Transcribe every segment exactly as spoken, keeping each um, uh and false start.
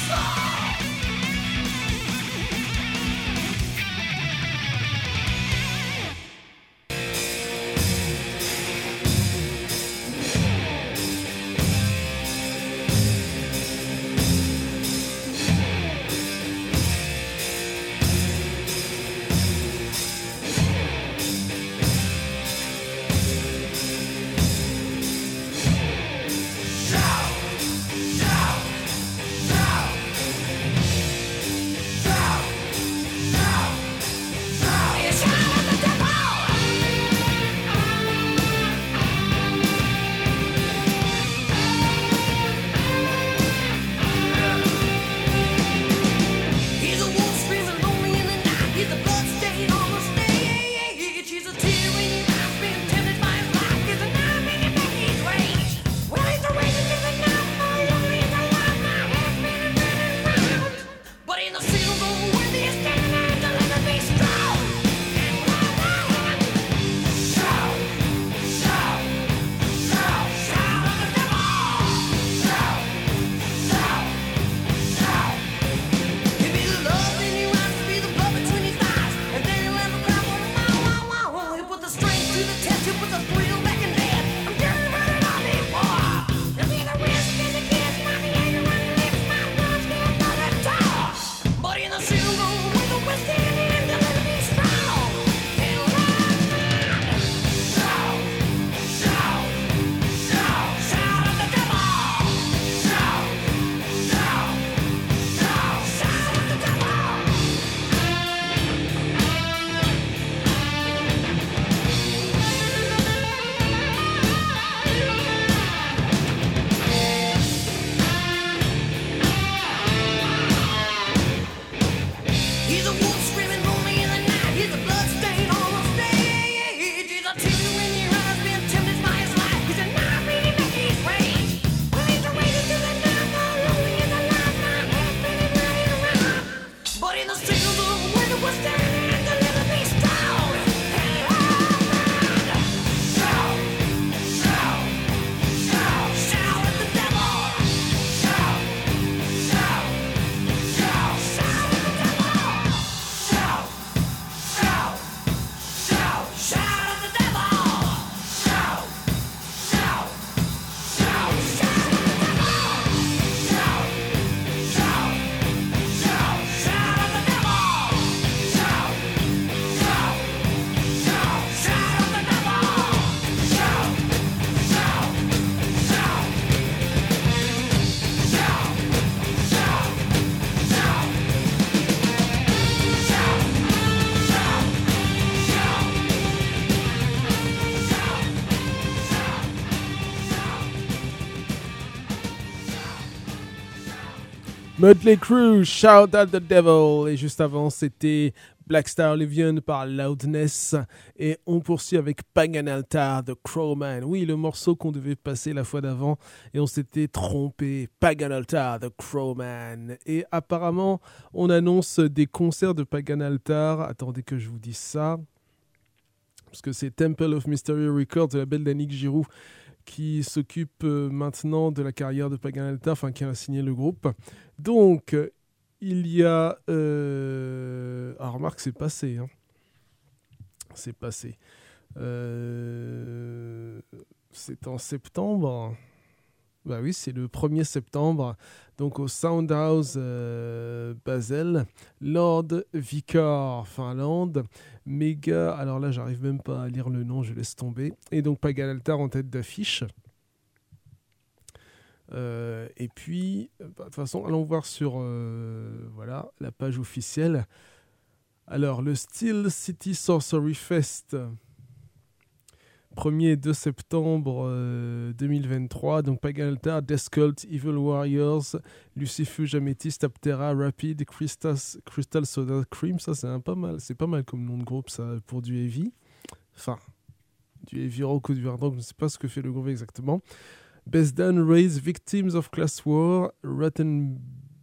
Mötley Crüe, Shout at the Devil. Et juste avant, c'était Black Star Oblivion par Loudness. Et on poursuit avec Pagan Altar de Crowman. Oui, le morceau qu'on devait passer la fois d'avant. Et on s'était trompé. Pagan Altar de Crowman. Et apparemment, on annonce des concerts de Pagan Altar. Attendez que je vous dise ça. Parce que c'est Temple of Mystery Records, le label d'Annick Giroux, qui s'occupe maintenant de la carrière de Pagan Altar, enfin qui a signé le groupe. Donc, il y a... Euh... Ah, remarque, c'est passé. Hein. C'est passé. Euh... C'est en septembre. Bah oui, c'est le premier septembre. Donc, au Soundhouse euh, Basel, Lord Vicar, Finlande. Méga, alors là, j'arrive même pas à lire le nom, je laisse tomber. Et donc, Pagan Altar en tête d'affiche. Euh, et puis, de bah, toute façon, allons voir sur euh, voilà, la page officielle. Alors, le Steel City Sorcery Fest, premier et deux septembre euh, deux mille vingt-trois. Donc, Pagan Altar, Death Cult, Evil Warriors, Lucifuge, Amethyst, Aptera, Rapid, Crystal, Crystal Soda Cream. Ça, c'est un pas mal. C'est pas mal comme nom de groupe, ça, pour du heavy. Enfin, du heavy rock ou du hard rock, je ne sais pas ce que fait le groupe exactement. Besdan, Raise, Victims of Class War, Rattenburst,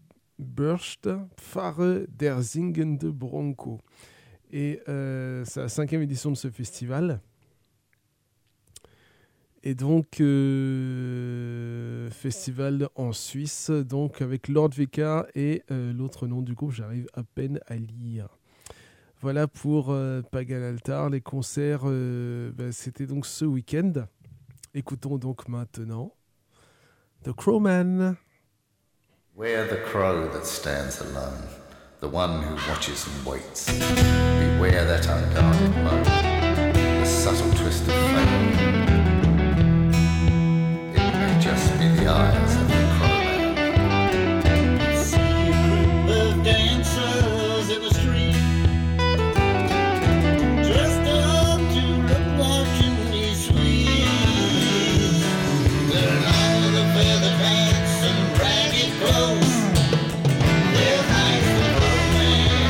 Pfarre der Singende Bronco. Et euh, c'est la cinquième édition de ce festival. Et donc, euh, festival en Suisse, donc avec Lord Vicar et euh, l'autre nom du groupe, j'arrive à peine à lire. Voilà pour euh, Pagan Altar. Les concerts, euh, ben, c'était donc ce week-end. Écoutons donc maintenant The Crowman. Beware the crow that stands alone, the one who watches and waits. Beware that unguarded moan, the subtle twist of fate. Just be the eyes of the crowman. See a group of dancers in the street, dressed up to look like chimney sweeps. They're all in the feather hats and ragged clothes. Their eyes the crowman.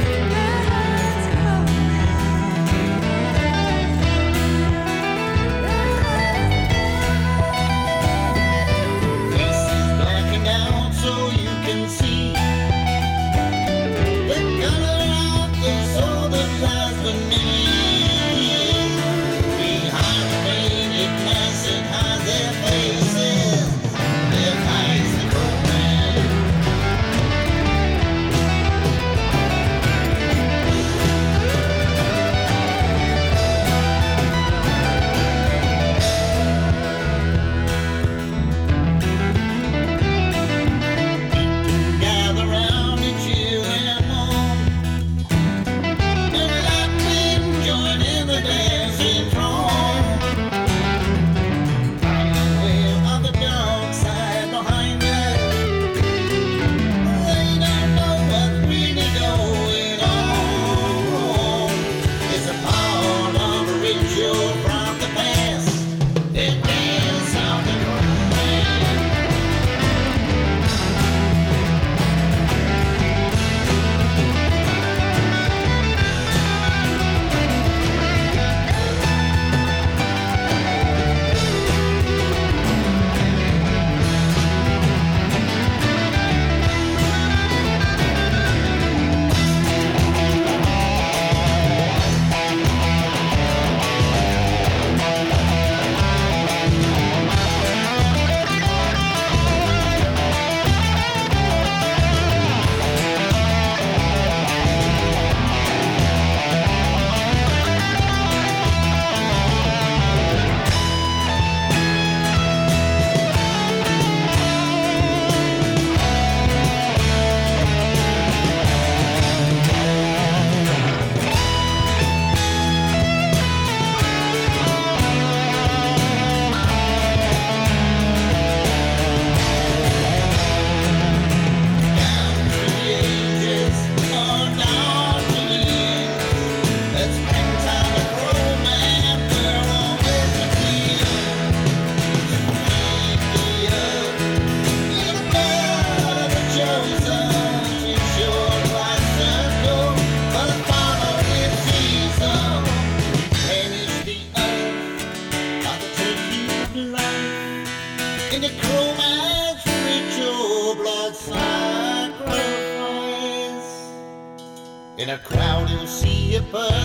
In a crowd you'll see a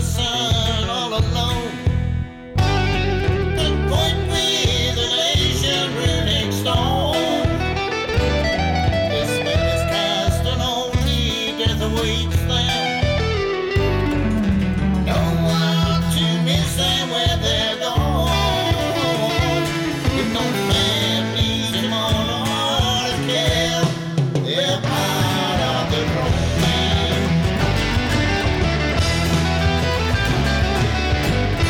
person all alone, and point with an Asian runic stone. The spell is cast and only death awaits them. No one to miss them where they're gone. With no families tomorrow to kill, they're part of the crowman.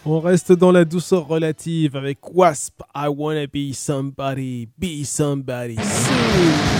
On reste dans la douceur relative avec Wasp, I Wanna Be Somebody, Be Somebody Soon.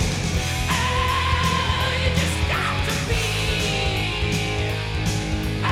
I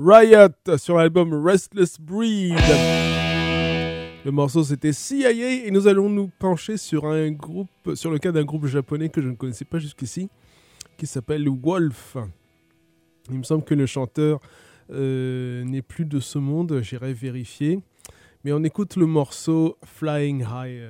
Riot sur l'album Restless Breed. Le morceau c'était C I A et nous allons nous pencher sur un groupe, sur le cas d'un groupe japonais que je ne connaissais pas jusqu'ici, qui s'appelle Wolf. Il me semble que le chanteur euh, n'est plus de ce monde, j'irai vérifier. Mais on écoute le morceau Flying Higher.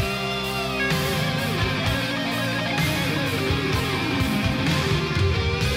Flying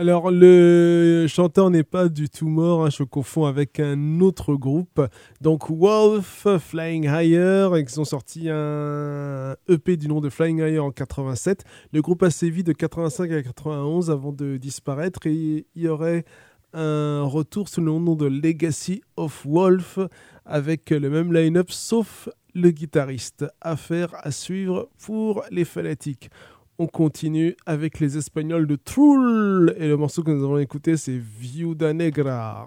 Alors, le chanteur n'est pas du tout mort, hein, je confonds avec un autre groupe. Donc, Wolf, Flying Higher, ils ont sorti un E P du nom de Flying Higher en quatre-vingt-sept. Le groupe a sévi de quatre-vingt-cinq à quatre-vingt-onze avant de disparaître et il y aurait un retour sous le nom de Legacy of Wolf avec le même line-up sauf le guitariste. Affaire à suivre pour les fanatiques. On continue avec les Espagnols de Tool et le morceau que nous allons écouter c'est Viuda Negra.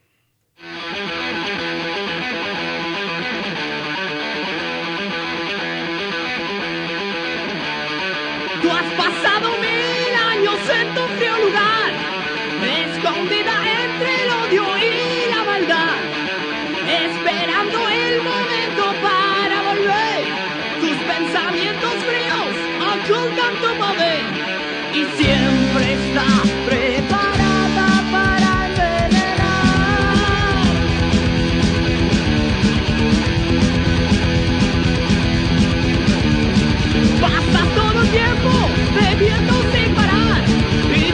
Tú has pasado mil años en tu frío lugar, escondida entre el odio y la maldad, esperando el momento para volver. Tus pensamientos fríos ocultan tu poder y siempre está preparada para envenenar. Pasas todo el tiempo bebiendo sin parar y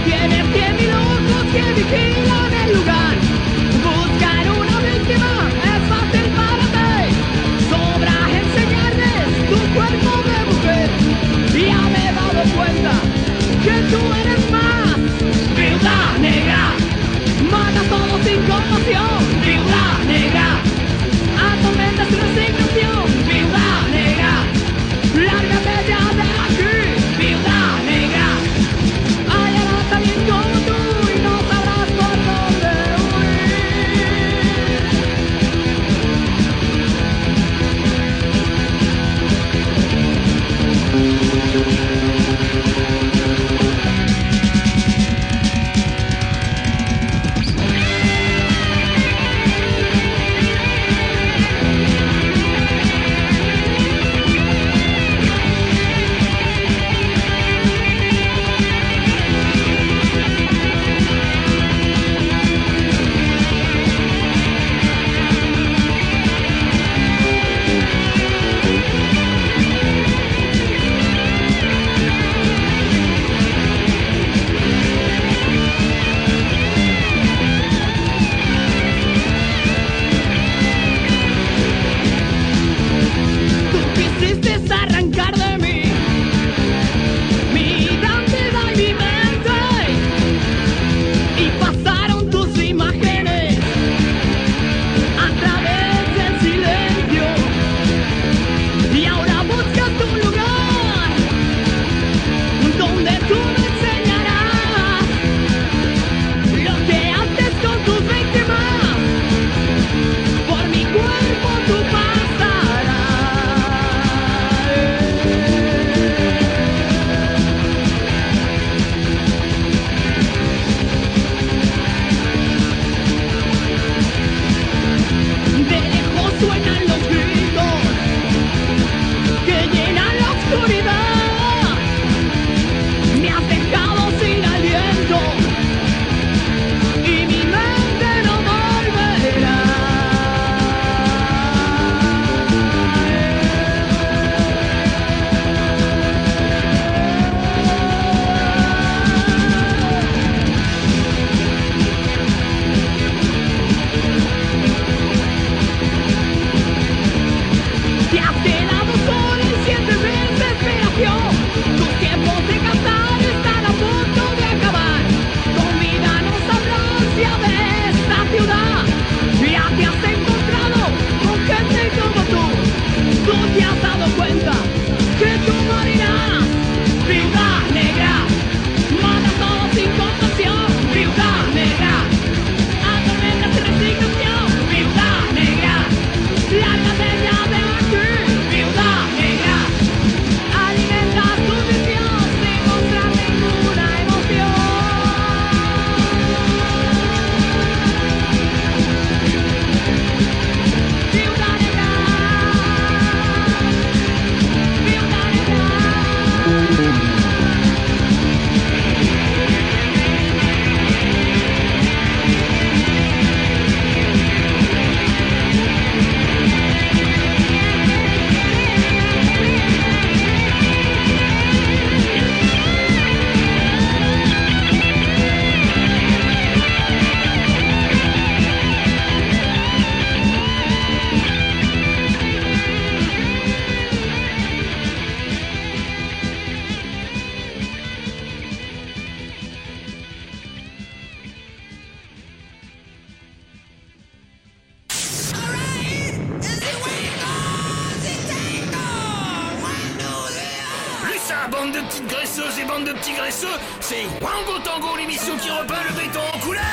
petites graisseuses et bande de petits graisseux, c'est Wango Tango, l'émission qui repeint le béton en couleur.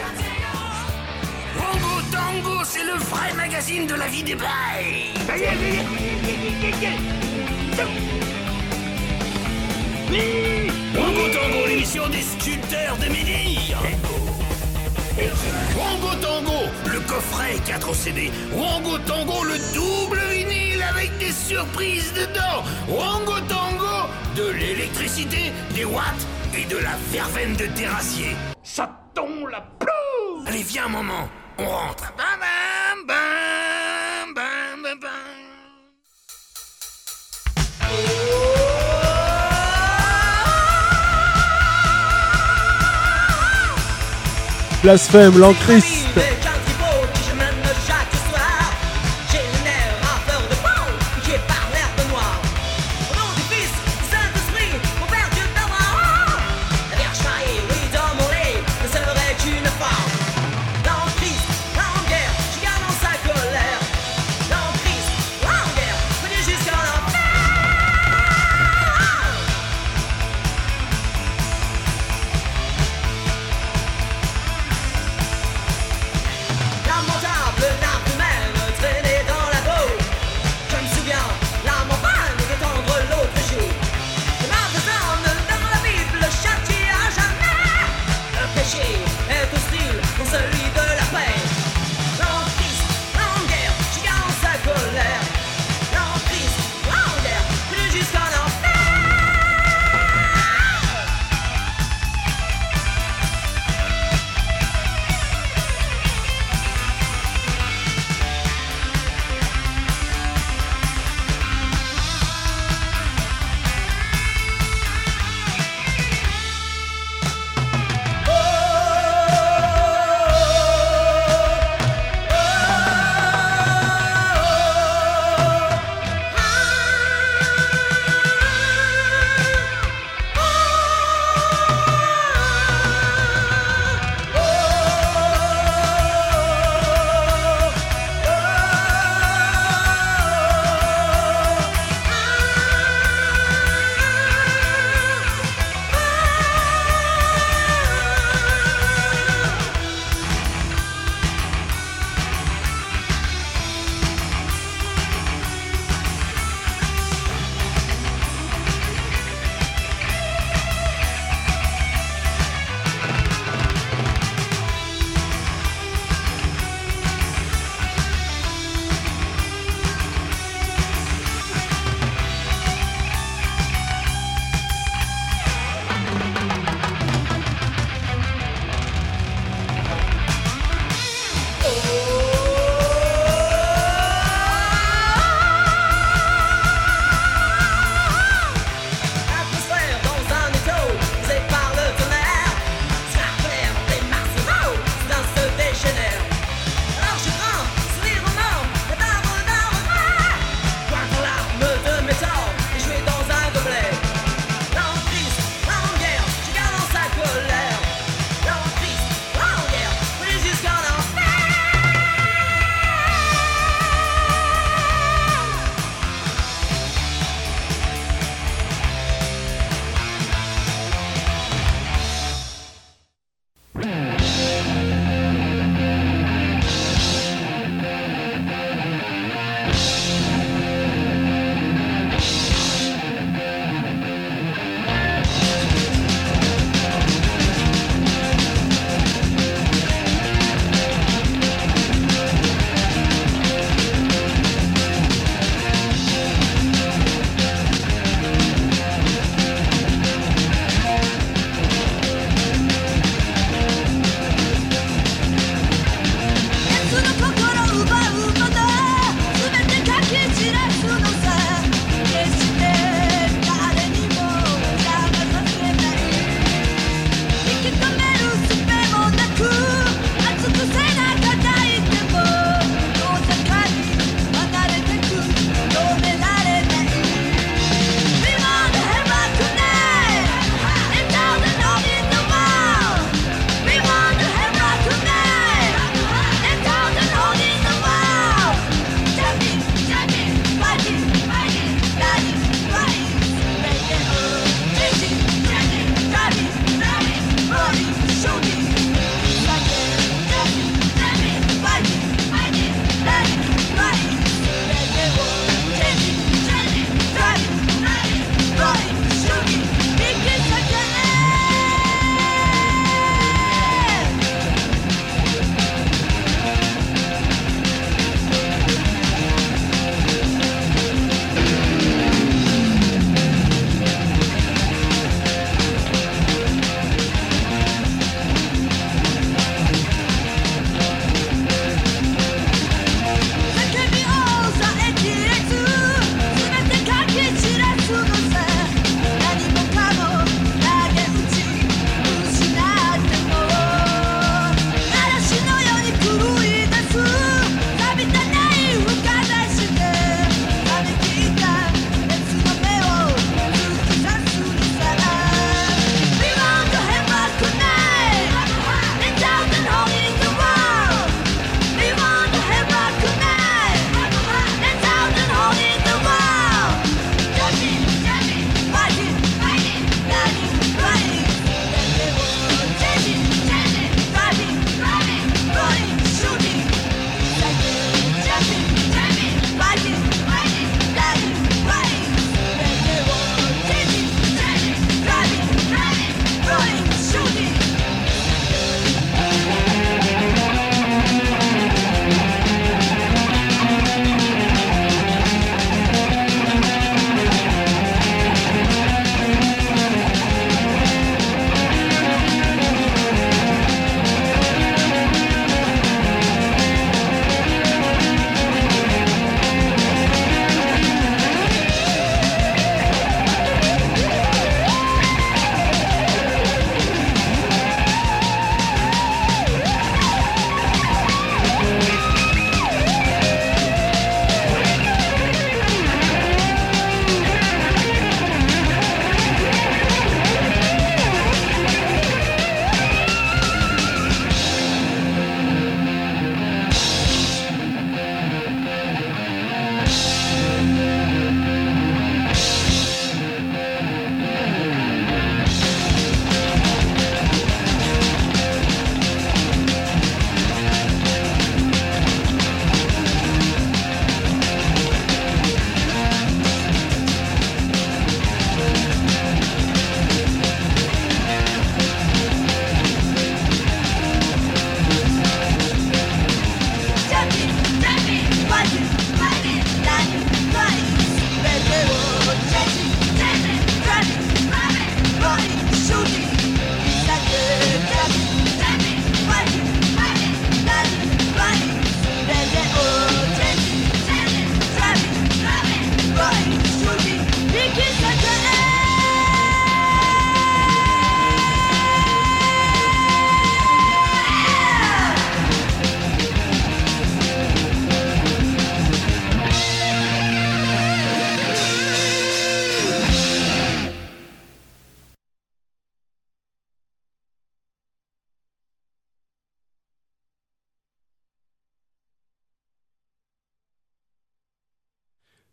Wango Tango, c'est le vrai magazine de la vie des bails. Wango Tango, l'émission des sculpteurs de menhir. Wango Tango, le coffret quatre C D. Wango Tango, le double vinyle avec des surprises dedans. Wango Tango, de l'électricité, des watts et de la verveine de terrassier. Chaton la ploue. Allez, viens un moment, on rentre. Bam, bam, bam, bam, bam, bam. Blasphème, l'Ancriste.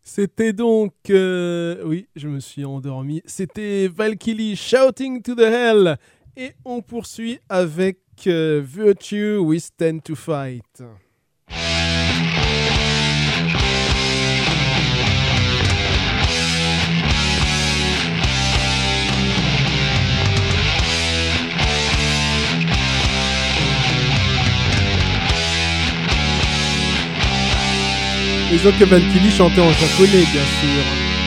C'était donc... euh, oui, je me suis endormi. C'était Valkylie, Shouting to the Hell. Et on poursuit avec euh, Virtue, We Stand to Fight. Disons que Valkylie chantait en japonais, bien sûr.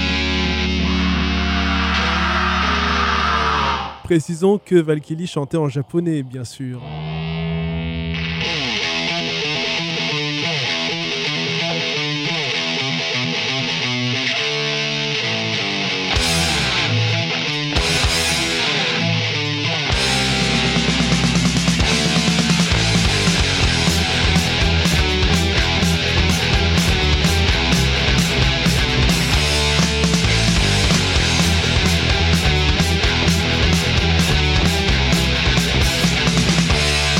Précisons que Valkylie chantait en japonais, bien sûr. Thank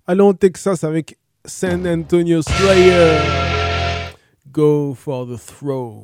Allons au Texas avec San Antonio Slayer. Go for the throat.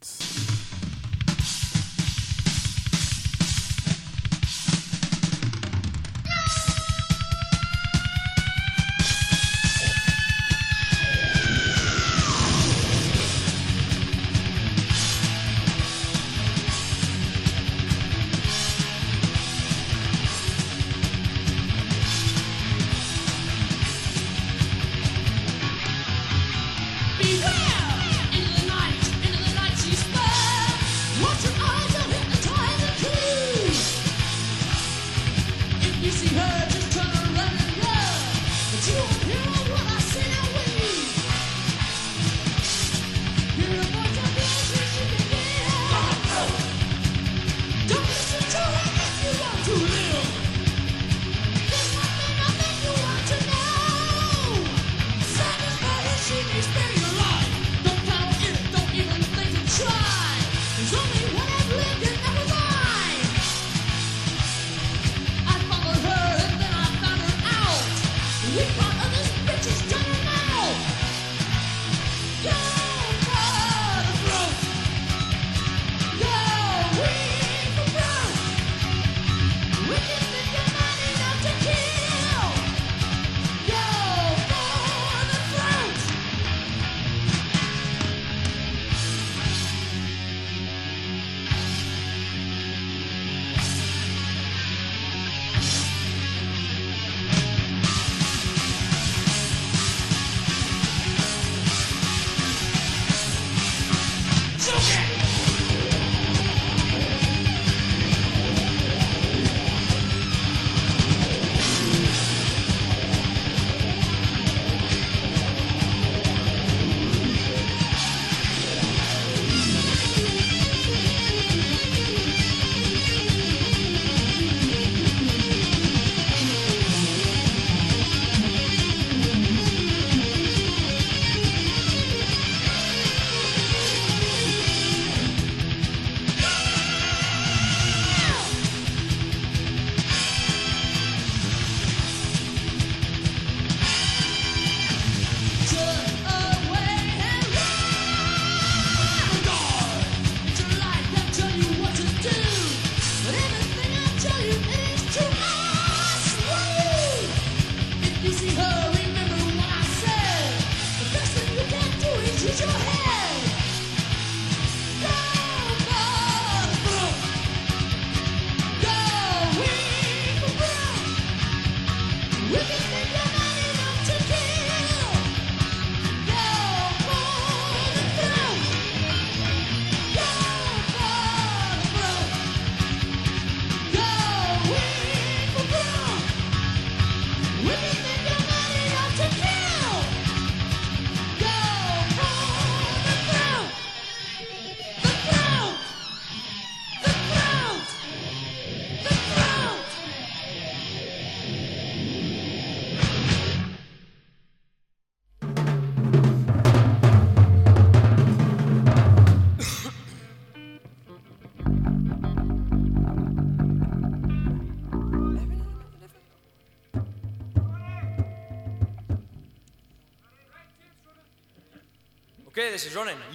Okay, this is running.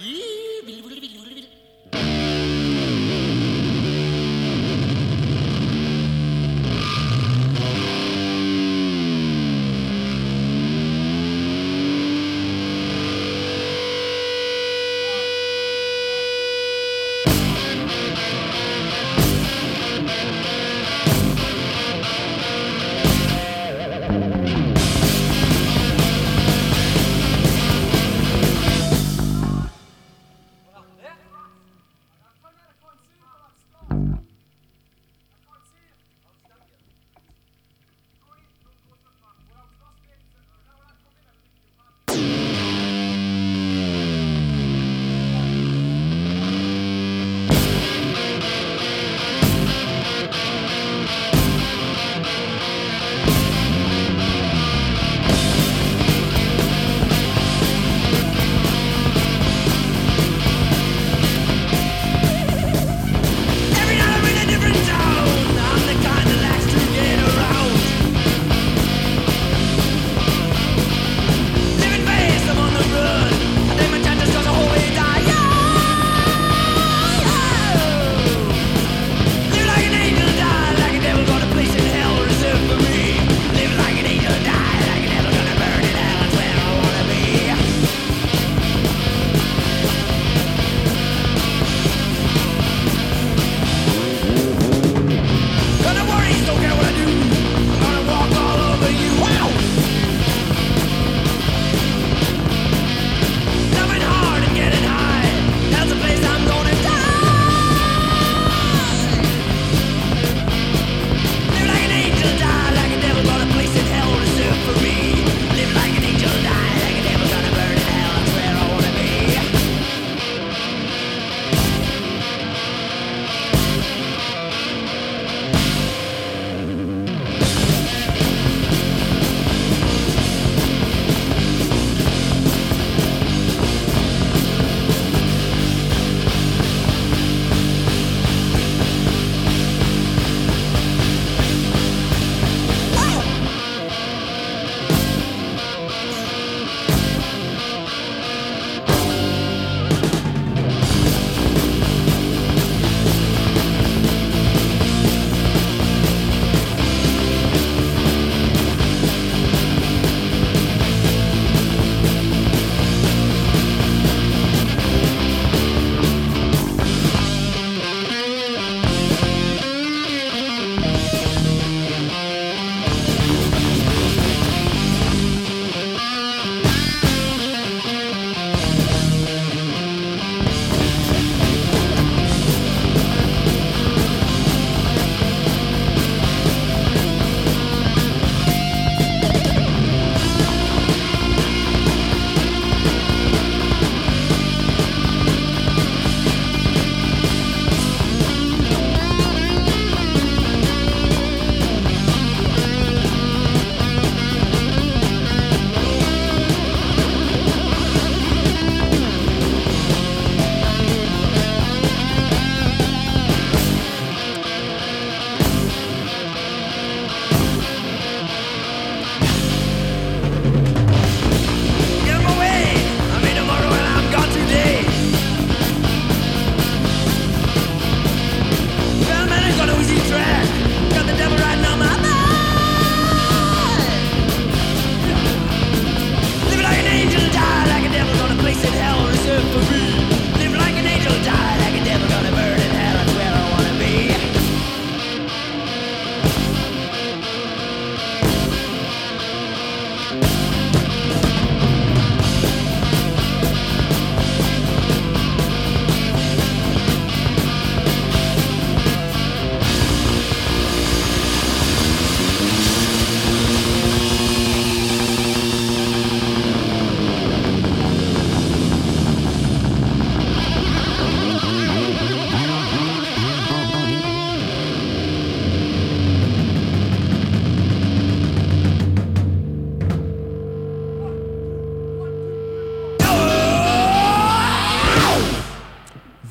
Yeah.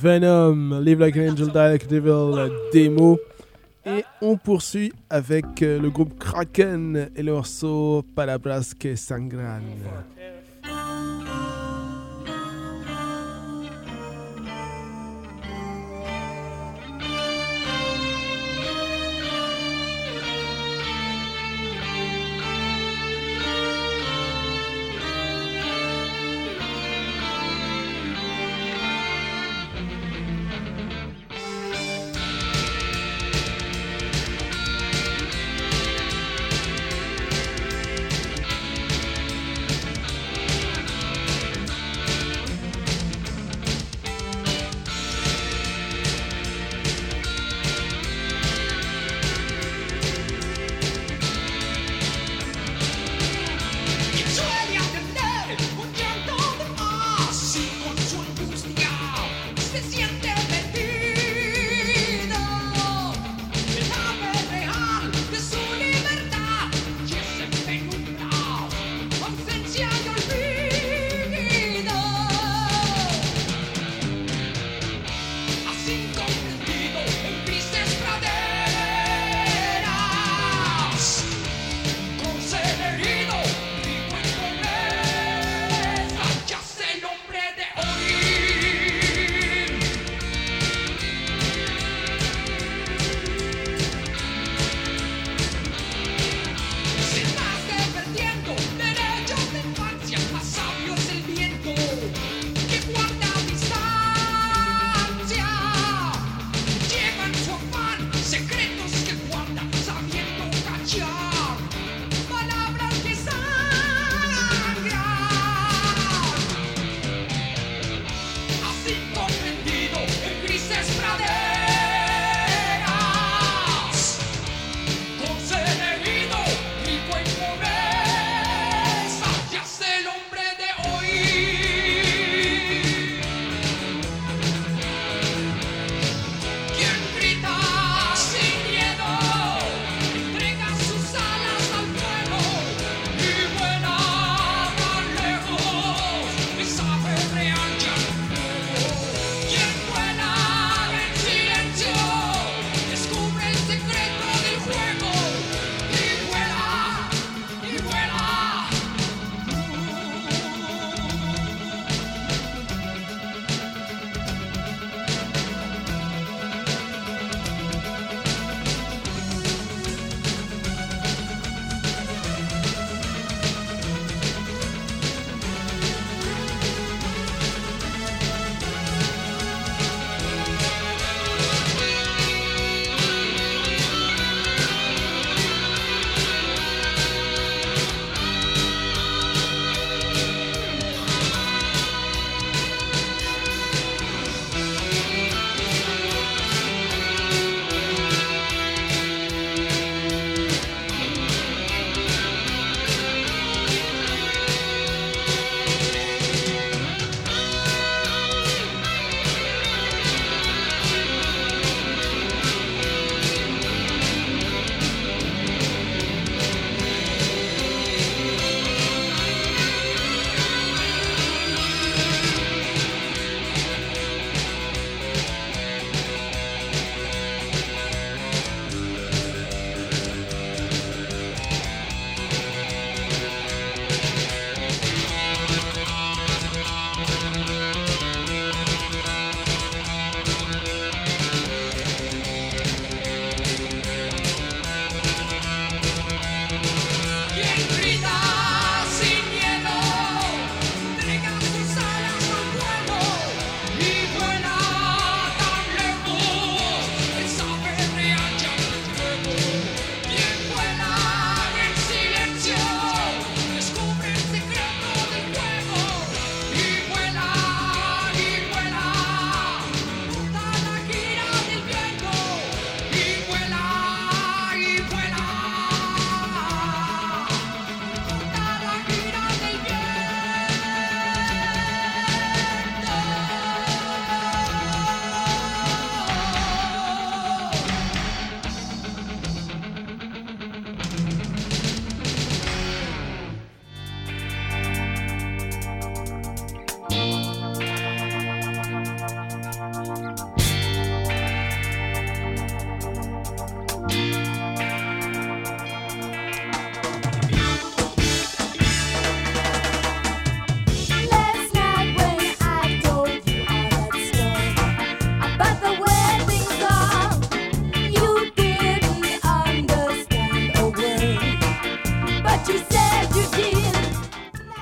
Venom, Live Like an Angel, Die Like a Devil, démo. Et on poursuit avec le groupe Kraken et le morceau Palabras que Sangran.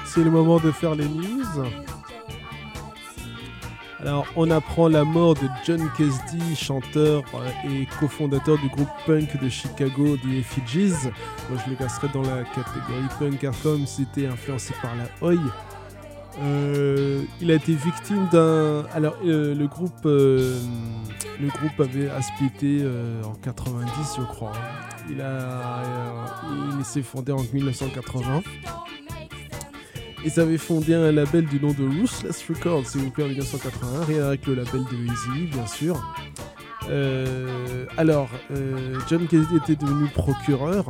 C'est le moment de faire les news. Alors, on apprend la mort de John Casdy, chanteur et cofondateur du groupe punk de Chicago, The Effigies. Moi, je le classerais dans la catégorie punk hardcore, même si c'était influencé par la Oi. Euh, il a été victime d'un. Alors, euh, le groupe, euh, le groupe avait a splitté euh, en quatre-vingt-dix, je crois. Il a, euh, il s'est fondé en mille neuf cent quatre-vingts. Ils avaient fondé un label du nom de Ruthless Records, s'il vous plaît, en mille neuf cent quatre-vingt-un, rien avec le label de Eazy, bien sûr. Euh, alors, euh, John Casdy était devenu procureur.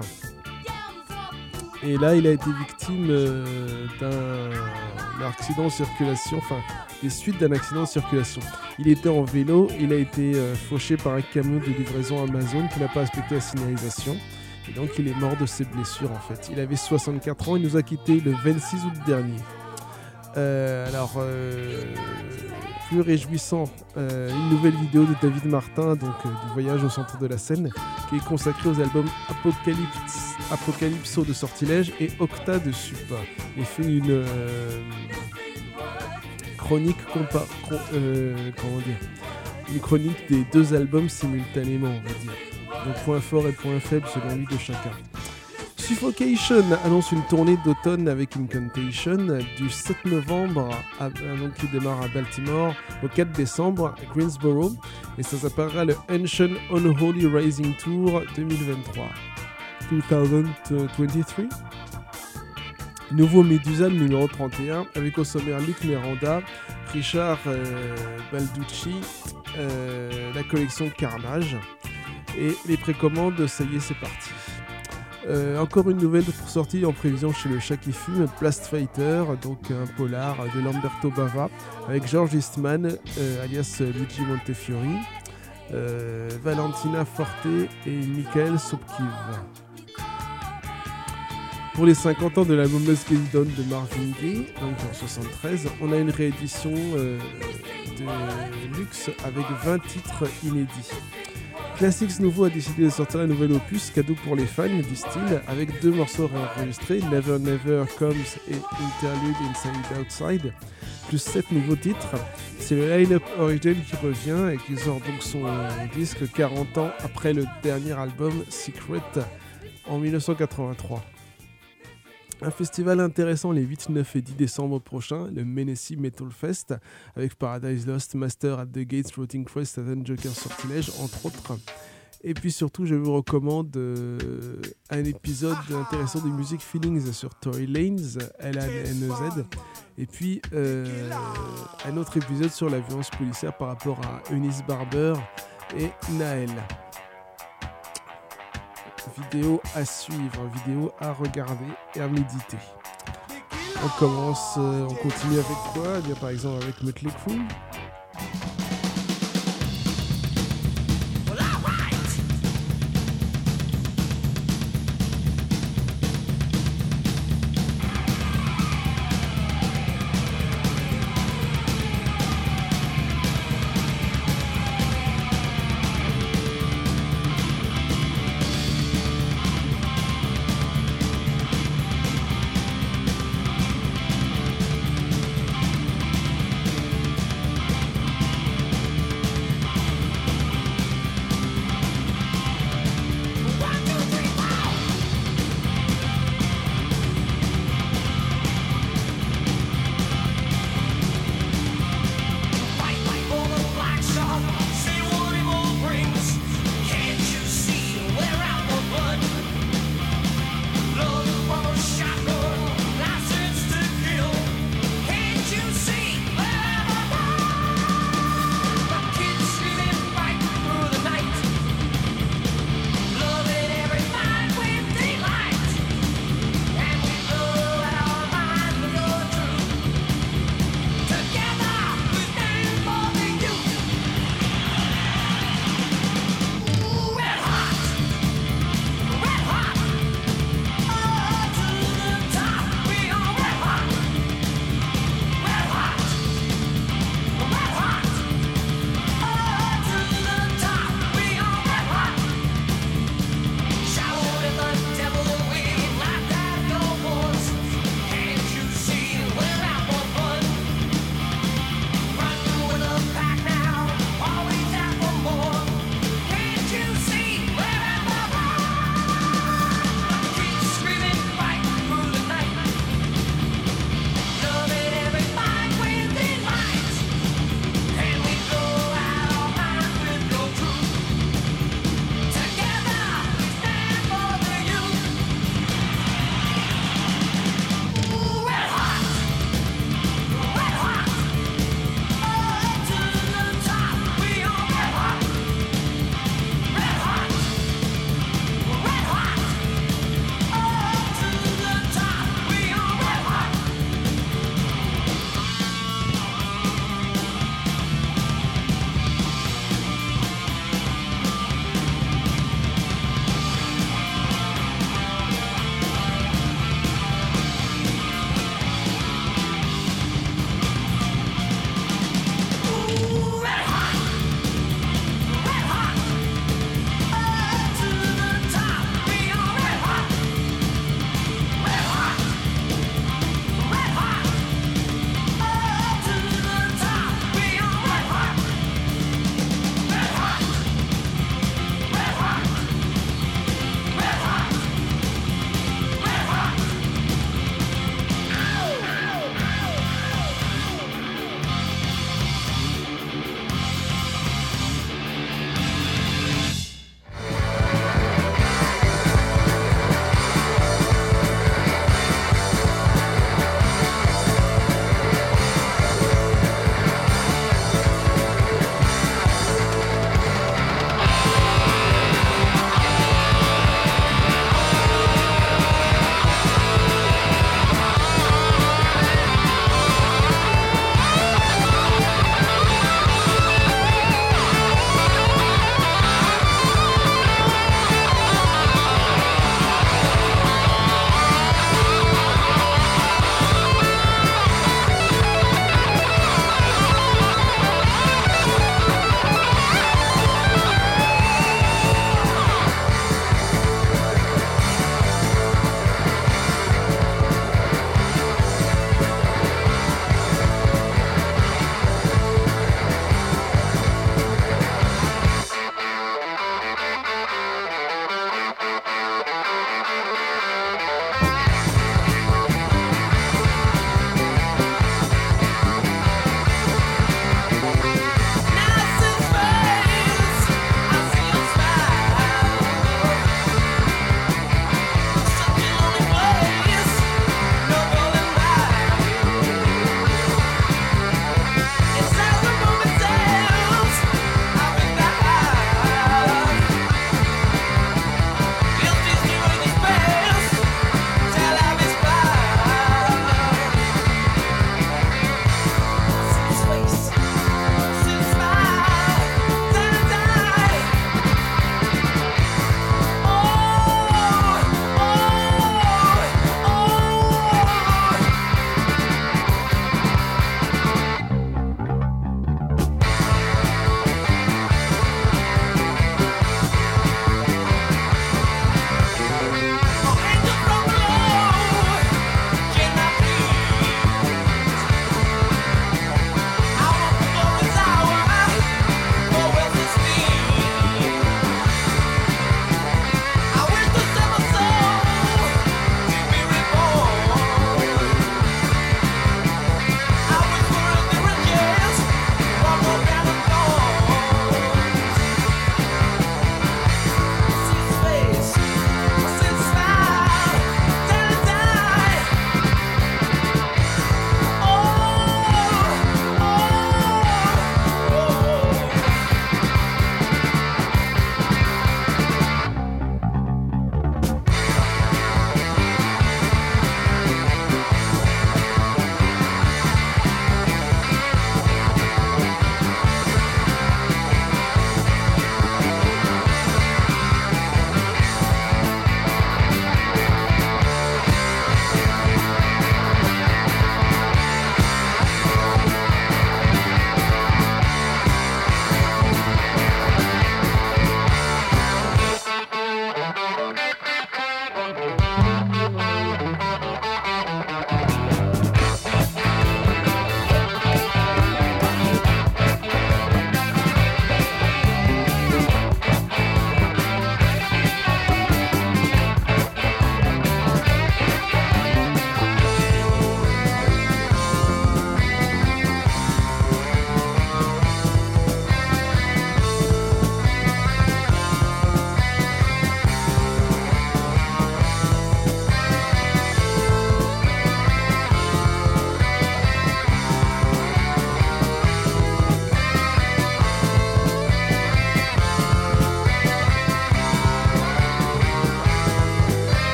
Et là, il a été victime euh, d'un accident en circulation, enfin, des suites d'un accident en circulation. Il était en vélo, il a été euh, fauché par un camion de livraison Amazon qui n'a pas respecté la signalisation. Et donc, il est mort de ses blessures, en fait. Il avait soixante-quatre ans, il nous a quittés le vingt-six août dernier. Euh, alors, euh, plus réjouissant, euh, une nouvelle vidéo de David Martin, donc euh, du voyage au centre de la Seine, qui est consacrée aux albums Apocalypse, Apocalypso de Sortilège et Octa de Sup. Il fait une euh, chronique compa- cro- euh, comment dire, une chronique des deux albums simultanément, on va dire. Donc point fort et point faible selon lui de chacun. Suffocation annonce une tournée d'automne avec Incantation du sept novembre à, donc qui démarre à Baltimore au quatre décembre à Greensboro et ça s'appellera le Ancient Unholy Rising Tour deux mille vingt-trois. deux mille vingt-trois. Nouveau Medusa numéro trente et un avec au sommaire Luc Miranda, Richard euh, Balducci, euh, la collection Carnage. Et les précommandes, ça y est, c'est parti. Euh, encore une nouvelle pour sortie en prévision chez le Chat qui fume, Blast Fighter, donc un polar de Lamberto Bava, avec George Eastman, euh, alias Luigi Montefiori, euh, Valentina Forte et Michael Sobkiv. Pour les cinquante ans de l'album Must Get It Done de Marvin Gaye, donc en soixante-treize, on a une réédition euh, de luxe avec vingt titres inédits. Classics Nouveau a décidé de sortir un nouvel opus cadeau pour les fans du style avec deux morceaux enregistrés, Never Never Comes et Interlude Inside Outside, plus sept nouveaux titres. C'est le line-up original qui revient et qui sort donc son disque quarante ans après le dernier album Secret en mille neuf cent quatre-vingt-trois. Un festival intéressant les huit, neuf et dix décembre prochains, le Menacee Metal Fest, avec Paradise Lost, Master at the Gates, Rotting Christ, Satan Joker Sortilège, entre autres. Et puis surtout, je vous recommande euh, un épisode intéressant de Music Feelings sur Tory Lanez, L A N E Z, et puis euh, un autre épisode sur la violence policière par rapport à Eunice Barber et Naël. Vidéo à suivre, vidéo à regarder et à méditer. On commence, euh, on continue avec quoi ? Eh bien, par exemple avec Mötley Crüe.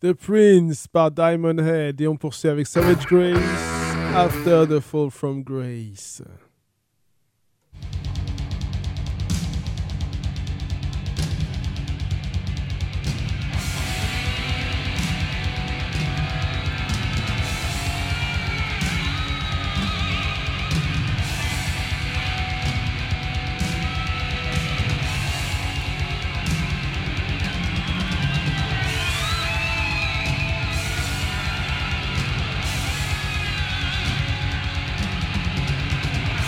The Prince par Diamond Head. Et on poursuit avec Savage Grace, After the Fall from Grace. Thank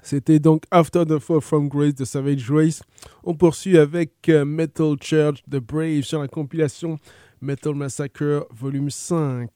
C'était donc After the Fall from Grace de Savage Grace. On poursuit avec euh, Metal Church The Brave sur la compilation Metal Massacre volume cinq.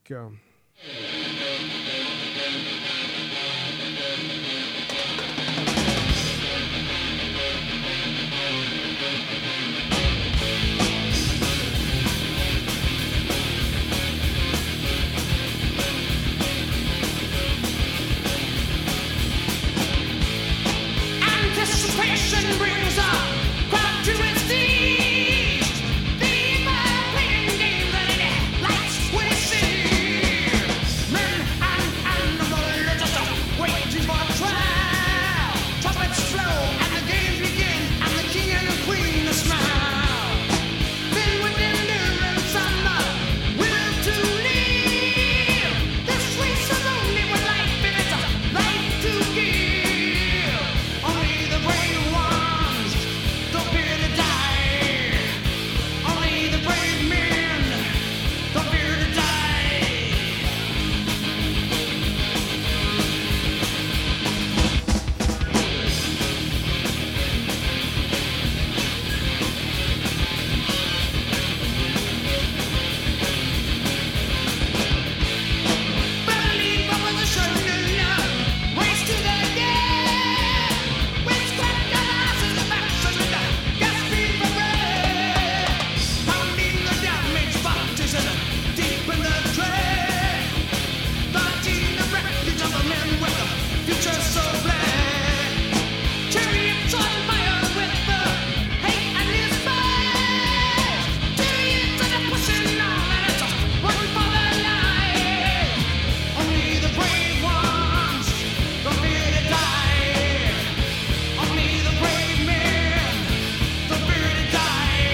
Anticipation brings a crowd to its knees. The evil playing games and it likes what it sees. Men and animals just waiting for trial. Trumpets flow and the games begin, and the king and the queen a smile. Then with endurance and the will to live, this race is only with life in it, life to give. Only the brave ones don't fear to die. Only the brave men don't fear to die. Believe what was a certain love, race to the dead. With sweat and ashes and backs and the gasping for breath. Pounding the damaged bodies and deep in the tread. Lighting the refuge of the men with the future so black. Chariots on fire with the hate and despair. Chariots and the pushing on and it's a run for their life. Only the brave ones don't fear to die. Only the brave men don't fear to die.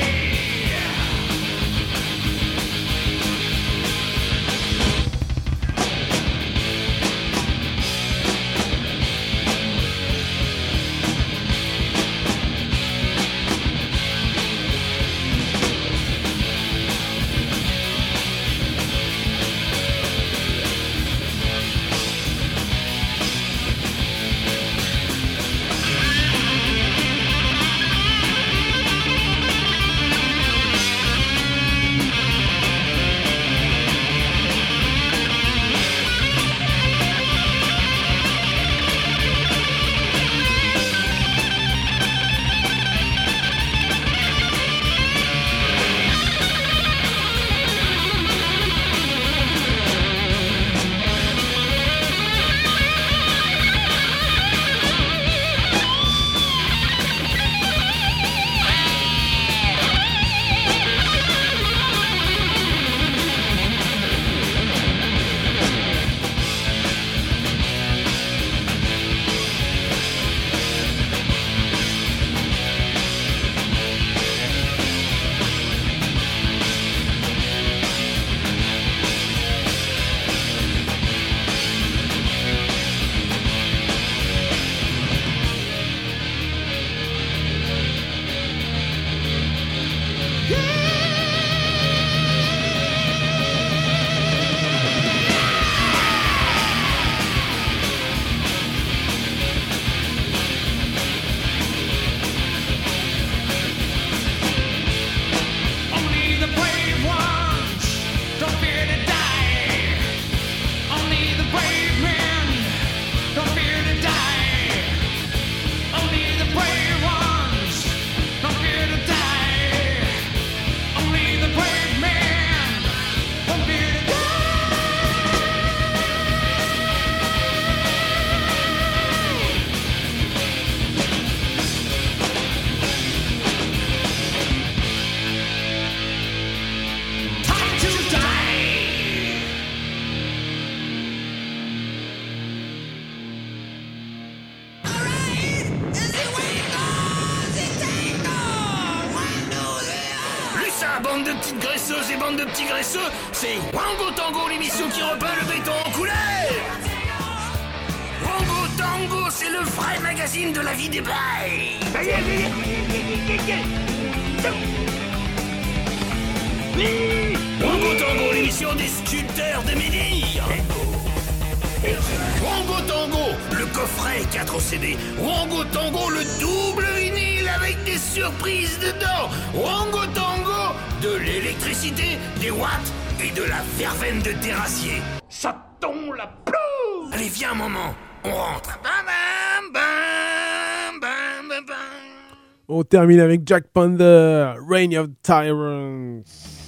Only the brave ones don't fear to die. Only the brave men don't fear to die. Only the brave ones don't fear to die. Only the brave men don't fear to die. Time to die. Plus ça, bande de petites graisseuses et bande de petits graisseux, c'est Wango Tango, l'émission qui repeint le béton en couleur. Wango Tango, c'est le vrai magazine de la vie des bails. Wango Tango, l'émission des sculpteurs de menhir. Wango Tango, le coffret quatre C D. Wango Tango, le double vinyle avec des surprises dedans. Wango Tango, de l'électricité, des watts et de la verveine de terrassier. Ça tombe la ploue. Allez, viens un moment, on rentre. Bam, bam, bam, bam, bam, bam. On termine avec Jack Ponder, Reign of Tyrants.